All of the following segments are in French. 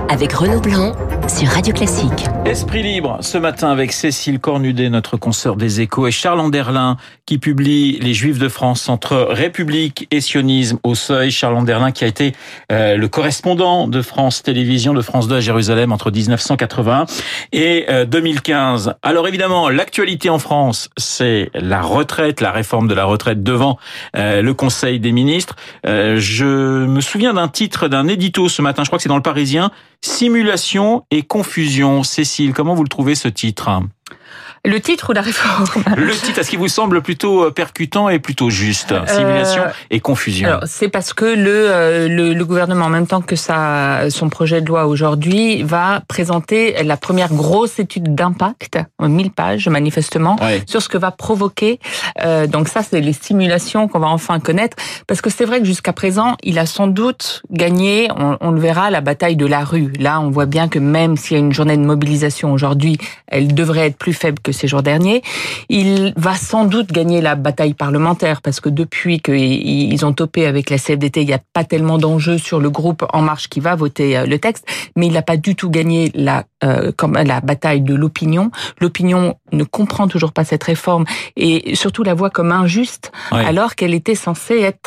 avec Renaud Blanc sur Radio Classique. Esprit libre, ce matin avec Cécile Cornudet, notre consoeur des Échos, et Charles Anderlin, qui publie Les Juifs de France entre République et sionisme au Seuil. Charles Anderlin qui a été le correspondant de France Télévisions, de France 2 à Jérusalem entre 1981 et 2015. Alors évidemment, l'actualité en France, c'est la retraite, la réforme de la retraite devant le Conseil des ministres. Je me souviens d'un titre d'un édito ce matin, je crois que c'est dans Le Parisien, Simulation et confusion. Cécile, comment vous le trouvez ce titre ? Le titre ou la réforme ? Le titre, est-ce qu'il vous semble plutôt percutant et plutôt juste ? Simulation et confusion. Alors, c'est parce que le gouvernement, en même temps que son projet de loi aujourd'hui, va présenter la première grosse étude d'impact, 1000 pages manifestement, sur ce que va provoquer. Donc ça, c'est les simulations qu'on va enfin connaître. Parce que c'est vrai que jusqu'à présent, il a sans doute gagné, on le verra, la bataille de la rue. Là, on voit bien que même s'il y a une journée de mobilisation aujourd'hui, elle devrait être plus faible que ces jours derniers. Il va sans doute gagner la bataille parlementaire parce que depuis qu'ils ont topé avec la CFDT, il n'y a pas tellement d'enjeux sur le groupe En Marche qui va voter le texte, mais il n'a pas du tout gagné la bataille de l'opinion. L'opinion ne comprend toujours pas cette réforme et surtout la voit comme injuste, alors qu'elle était censée être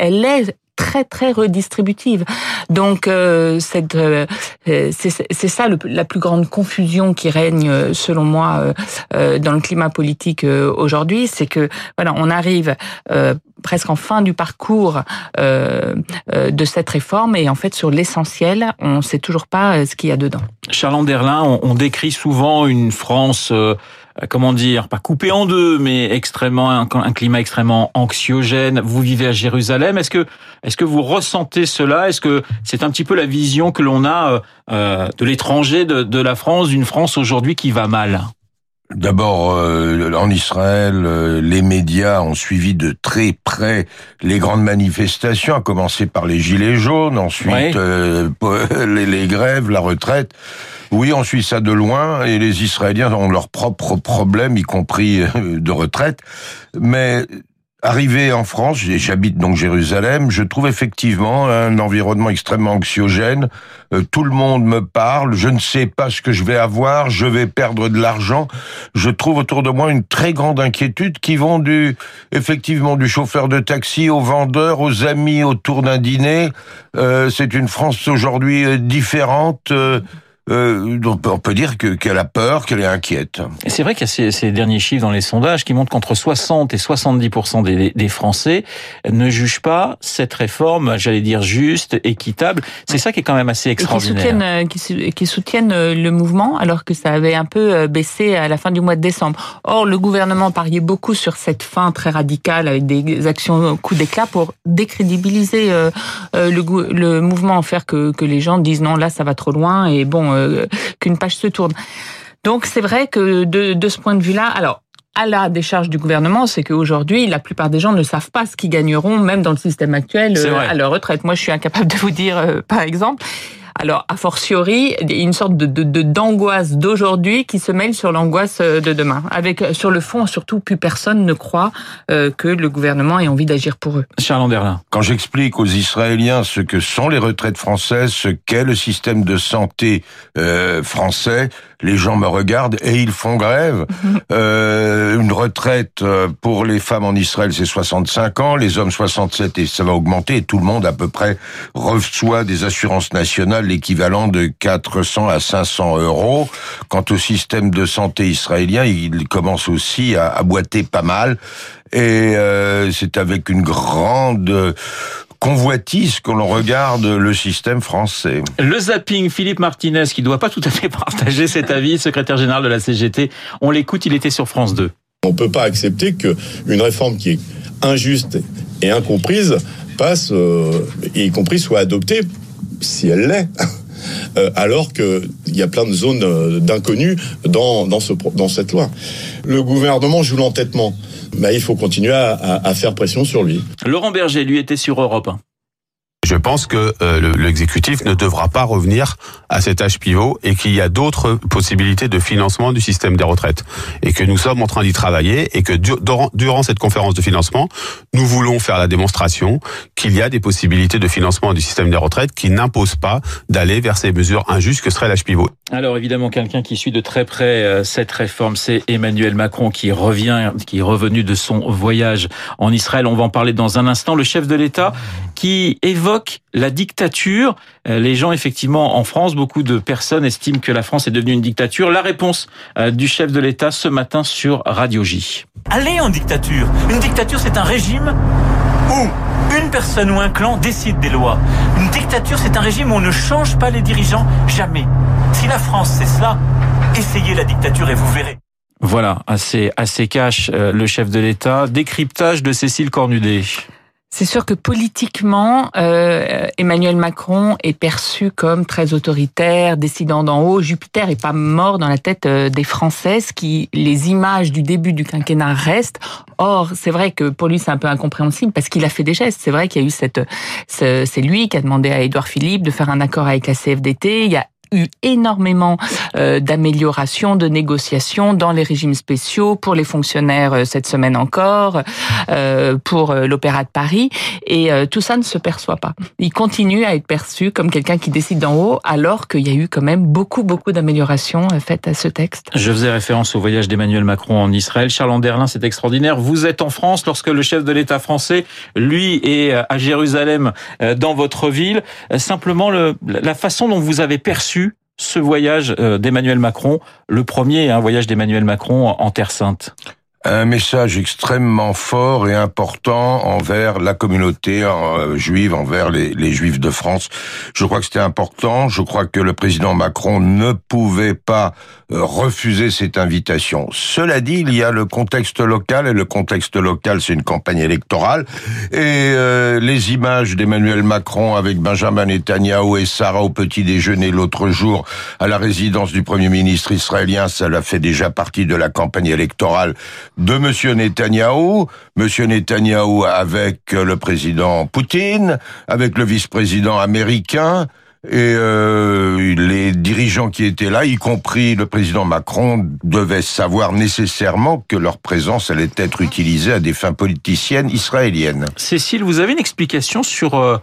très redistributive. Donc c'est ça la plus grande confusion qui règne selon moi dans le climat politique aujourd'hui, c'est que voilà, on arrive presque en fin du parcours de cette réforme et en fait sur l'essentiel, on sait toujours pas ce qu'il y a dedans. Charles Anderlin, on décrit souvent une France pas coupé en deux, mais un climat extrêmement anxiogène. Vous vivez à Jérusalem. Est-ce que vous ressentez cela? Est-ce que c'est un petit peu la vision que l'on a de l'étranger de la France, d'une France aujourd'hui qui va mal? D'abord, en Israël, les médias ont suivi de très près les grandes manifestations, à commencer par les Gilets jaunes, ensuite les grèves, la retraite. Oui, on suit ça de loin, et les Israéliens ont leurs propres problèmes, y compris de retraite. Mais arrivé en France, j'habite donc Jérusalem, je trouve effectivement un environnement extrêmement anxiogène. Tout le monde me parle, je ne sais pas ce que je vais avoir, je vais perdre de l'argent. Je trouve autour de moi une très grande inquiétude qui vont effectivement du chauffeur de taxi au vendeur, aux amis autour d'un dîner. C'est une France aujourd'hui différente. Donc on peut dire qu'elle a peur, qu'elle est inquiète. Et c'est vrai qu'il y a ces derniers chiffres dans les sondages qui montrent qu'entre 60 et 70% des Français ne jugent pas cette réforme, j'allais dire juste, équitable. C'est ça qui est quand même assez extraordinaire. Qui soutiennent le mouvement alors que ça avait un peu baissé à la fin du mois de décembre. Or, le gouvernement pariait beaucoup sur cette fin très radicale avec des actions coup d'éclat pour décrédibiliser le mouvement, faire que les gens disent non, là ça va trop loin et bon, qu'une page se tourne. Donc c'est vrai que de ce point de vue-là, alors à la décharge du gouvernement, c'est qu'aujourd'hui, la plupart des gens ne savent pas ce qu'ils gagneront, même dans le système actuel, à leur retraite. Moi, je suis incapable de vous dire, par exemple. Alors, a fortiori, il y a une sorte d'angoisse d'aujourd'hui qui se mêle sur l'angoisse de demain. Avec, sur le fond, surtout, plus personne ne croit que le gouvernement ait envie d'agir pour eux. Charles Anderlin. Quand j'explique aux Israéliens ce que sont les retraites françaises, ce qu'est le système de santé français, les gens me regardent et ils font grève. Une retraite pour les femmes en Israël, c'est 65 ans, les hommes 67 et ça va augmenter et tout le monde à peu près reçoit des assurances nationales l'équivalent de 400 à 500 euros. Quant au système de santé israélien, il commence aussi à boiter pas mal. Et c'est avec une grande convoitise que l'on regarde le système français. Le zapping, Philippe Martinez, qui ne doit pas tout à fait partager cet avis, secrétaire général de la CGT. On l'écoute, il était sur France 2. On ne peut pas accepter qu'une réforme qui est injuste et incomprise passe, y compris soit adoptée, si elle l'est, alors qu'il y a plein de zones d'inconnues dans cette loi. Le gouvernement joue l'entêtement, mais il faut continuer à faire pression sur lui. Laurent Berger, lui, était sur Europe 1. Je pense que l'exécutif ne devra pas revenir à cet âge pivot et qu'il y a d'autres possibilités de financement du système des retraites. Et que nous sommes en train d'y travailler et que durant cette conférence de financement, nous voulons faire la démonstration qu'il y a des possibilités de financement du système des retraites qui n'imposent pas d'aller vers ces mesures injustes que serait l'âge pivot. Alors évidemment, quelqu'un qui suit de très près cette réforme, c'est Emmanuel Macron qui est revenu de son voyage en Israël. On va en parler dans un instant. Le chef de l'État qui évoque la dictature. Les gens, effectivement, en France, beaucoup de personnes estiment que la France est devenue une dictature. La réponse du chef de l'État ce matin sur Radio J. Allez en dictature. Une dictature, c'est un régime où une personne ou un clan décide des lois. Une dictature, c'est un régime où on ne change pas les dirigeants, jamais. Si la France, c'est cela, essayez la dictature et vous verrez. Voilà, assez cash, le chef de l'État. Décryptage de Cécile Cornudet. C'est sûr que politiquement, Emmanuel Macron est perçu comme très autoritaire, décidant d'en haut. Jupiter est pas mort dans la tête des Français, les images du début du quinquennat restent. Or, c'est vrai que pour lui, c'est un peu incompréhensible parce qu'il a fait des gestes. C'est vrai qu'il y a eu c'est lui qui a demandé à Édouard Philippe de faire un accord avec la CFDT. Il y a eu énormément d'améliorations, de négociations dans les régimes spéciaux pour les fonctionnaires cette semaine encore, pour l'Opéra de Paris, et tout ça ne se perçoit pas. Il continue à être perçu comme quelqu'un qui décide d'en haut, alors qu'il y a eu quand même beaucoup d'améliorations faites à ce texte. Je faisais référence au voyage d'Emmanuel Macron en Israël. Charles Anderlin, c'est extraordinaire. Vous êtes en France lorsque le chef de l'État français, lui, est à Jérusalem, dans votre ville. Simplement, la façon dont vous avez perçu ce voyage d'Emmanuel Macron, le premier voyage d'Emmanuel Macron en Terre Sainte. Un message extrêmement fort et important envers la communauté juive, envers les juifs de France. Je crois que c'était important. Je crois que le président Macron ne pouvait pas refuser cette invitation. Cela dit, il y a le contexte local, et le contexte local, c'est une campagne électorale. Et les images d'Emmanuel Macron avec Benjamin Netanyahou et Sarah au petit déjeuner l'autre jour à la résidence du Premier ministre israélien, ça l'a fait déjà partie de la campagne électorale de Monsieur Netanyahou avec le président Poutine, avec le vice-président américain, et les dirigeants qui étaient là, y compris le président Macron, devaient savoir nécessairement que leur présence allait être utilisée à des fins politiciennes israéliennes. Cécile, vous avez une explication sur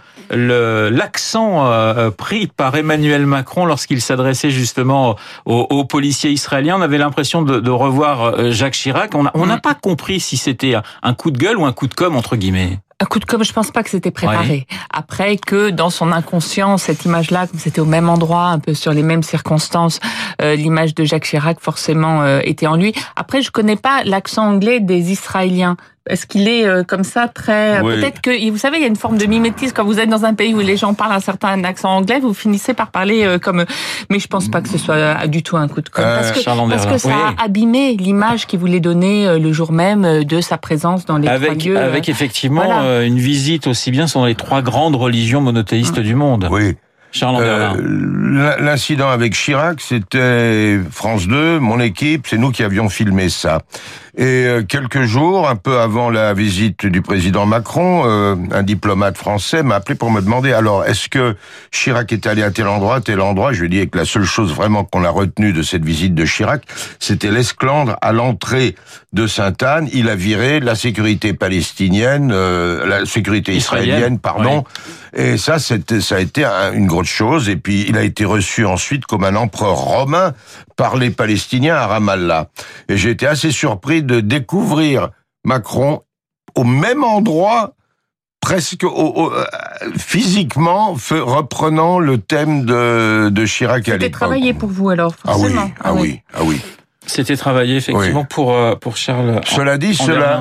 l'accent pris par Emmanuel Macron lorsqu'il s'adressait justement aux policiers israéliens? On avait l'impression de revoir Jacques Chirac. On n'a pas compris si c'était un coup de gueule ou un coup de com', entre guillemets. Un coup de com', je pense pas que c'était préparé. Ouais. Après que dans son inconscient, cette image-là, comme c'était au même endroit, un peu sur les mêmes circonstances, l'image de Jacques Chirac forcément était en lui. Après, je connais pas l'accent anglais des Israéliens. Est-ce qu'il est comme ça très... Oui. Peut-être que, vous savez, il y a une forme de mimétisme. Quand vous êtes dans un pays où les gens parlent un certain accent anglais, vous finissez par parler comme... Mais je pense pas que ce soit du tout un coup de com'. Parce que ça a abîmé l'image qu'il voulait donner le jour même de sa présence dans les trois lieux. Avec effectivement une visite aussi bien sur les trois grandes religions monothéistes du monde. Oui. Charles Anderlin. L'incident avec Chirac, c'était France 2, mon équipe, c'est nous qui avions filmé ça. Et quelques jours, un peu avant la visite du président Macron, un diplomate français m'a appelé pour me demander, alors, est-ce que Chirac est allé à tel endroit? Je lui ai dit que la seule chose vraiment qu'on a retenue de cette visite de Chirac, c'était l'esclandre à l'entrée de Sainte-Anne. Il a viré la sécurité palestinienne, la sécurité israélienne, pardon. Oui. Et ça a été une grosse chose. Et puis, il a été reçu ensuite comme un empereur romain par les Palestiniens à Ramallah. Et j'ai été assez surpris de découvrir Macron au même endroit, presque physiquement, reprenant le thème de Chirac à l'époque. C'était travaillé pour vous alors, forcément. Ah oui. C'était travaillé effectivement pour Charles. Cela dit,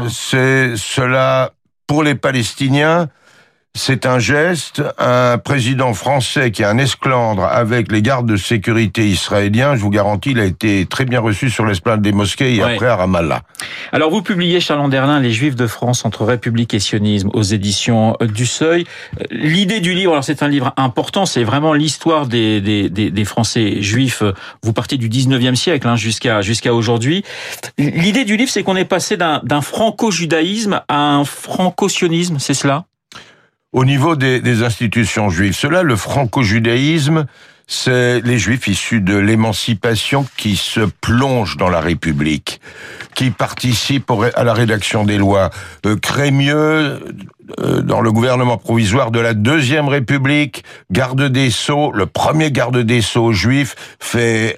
cela pour les Palestiniens, c'est un geste. Un président français qui a un esclandre avec les gardes de sécurité israéliens, je vous garantis, il a été très bien reçu sur l'esplanade des mosquées et après à Ramallah. Alors vous publiez, Charles Anderlin, Les Juifs de France entre République et sionisme aux éditions du Seuil. L'idée du livre, alors c'est un livre important, c'est vraiment l'histoire des Français juifs. Vous partez du 19e siècle jusqu'à aujourd'hui. L'idée du livre, c'est qu'on est passé d'un franco-judaïsme à un franco-sionisme, c'est cela ? Au niveau des institutions juives, le franco-judaïsme, c'est les juifs issus de l'émancipation qui se plongent dans la République, qui participent à la rédaction des lois. Crémieux, dans le gouvernement provisoire de la Deuxième République, garde des Sceaux, le premier garde des Sceaux juif, fait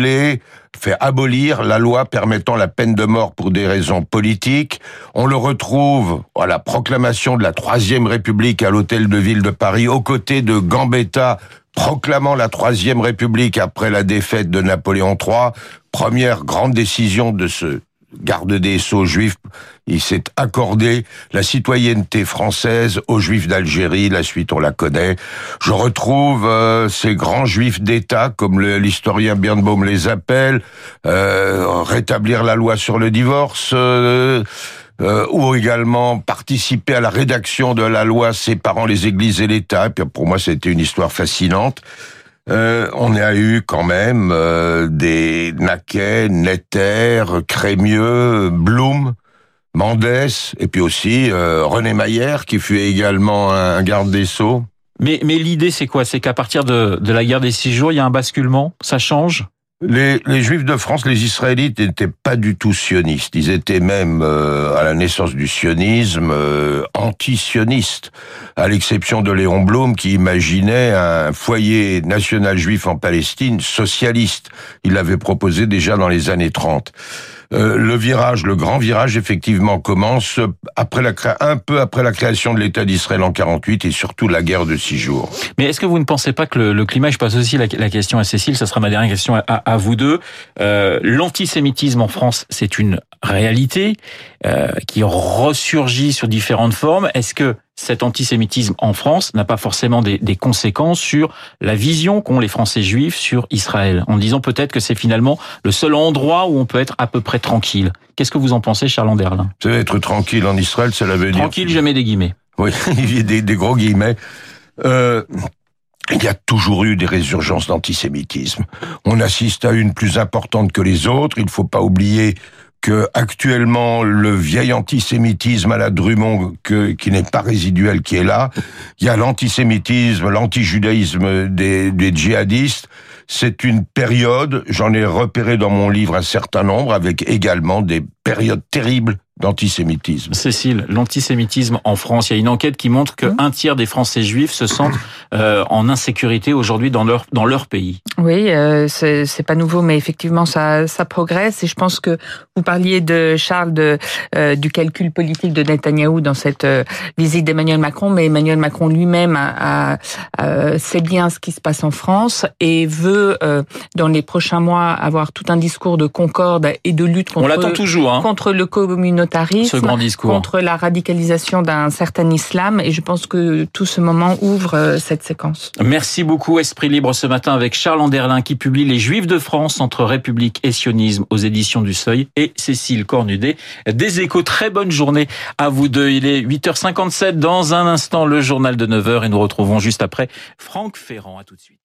abolir la loi permettant la peine de mort pour des raisons politiques. On le retrouve à la proclamation de la Troisième République à l'Hôtel de Ville de Paris, aux côtés de Gambetta, proclamant la Troisième République après la défaite de Napoléon III. Première grande décision de ce garde des Sceaux juif, il s'est accordé la citoyenneté française aux juifs d'Algérie, la suite on la connaît. Je retrouve ces grands juifs d'État, comme l'historien Birnbaum les appelle, rétablir la loi sur le divorce, ou également participer à la rédaction de la loi séparant les églises et l'État. Et puis pour moi, c'était une histoire fascinante. On a eu quand même des Naquet, Netter, Crémieux, Blum, Mendès, et puis aussi René Maillère, qui fut également un garde des Sceaux. Mais l'idée, c'est quoi? C'est qu'à partir de la guerre des 6 jours, il y a un basculement? Ça change? Les Juifs de France, les Israélites, n'étaient pas du tout sionistes. Ils étaient même, à la naissance du sionisme, anti-sionistes, à l'exception de Léon Blum, qui imaginait un foyer national juif en Palestine socialiste. Il l'avait proposé déjà dans les années 30. Le grand virage, effectivement, commence un peu après la création de l'État d'Israël en 48 et surtout la guerre de 6 jours. Mais est-ce que vous ne pensez pas que le climat, je passe aussi la question à Cécile, ça sera ma dernière question à vous deux, l'antisémitisme en France, c'est une réalité qui ressurgit sous différentes formes. Est-ce que cet antisémitisme en France n'a pas forcément des conséquences sur la vision qu'ont les Français juifs sur Israël, en disant peut-être que c'est finalement le seul endroit où on peut être à peu près tranquille? Qu'est-ce que vous en pensez, Charles Anderlin? Ça veut être tranquille en Israël, cela veut dire... Tranquille, jamais des guillemets. Oui, il y a des gros guillemets. Il y a toujours eu des résurgences d'antisémitisme. On assiste à une plus importante que les autres. Il ne faut pas oublier que actuellement le vieil antisémitisme à la Drummond, qui n'est pas résiduel, qui est là. Il y a l'antisémitisme, l'antijudaïsme des djihadistes. C'est une période, j'en ai repéré dans mon livre un certain nombre, avec également des périodes terribles d'antisémitisme. Cécile, l'antisémitisme en France, il y a une enquête qui montre qu'un tiers des Français juifs se sentent en insécurité aujourd'hui dans leur pays. Oui, c'est pas nouveau, mais effectivement ça progresse. Et je pense que vous parliez de Charles du calcul politique de Netanyahou dans cette visite d'Emmanuel Macron, mais Emmanuel Macron lui-même sait bien ce qui se passe en France et veut dans les prochains mois avoir tout un discours de concorde et de lutte contre, on l'attend toujours, contre le communautarisme, ce grand discours, contre la radicalisation d'un certain islam, et je pense que tout ce moment ouvre cette séquence. Merci beaucoup. Esprit libre ce matin avec Charles Anderlin qui publie Les Juifs de France entre République et sionisme aux éditions du Seuil, et Cécile Cornudet des Échos. Très bonne journée à vous deux. Il est 8h57. Dans un instant, le journal de 9h et nous retrouvons juste après Franck Ferrand. À tout de suite.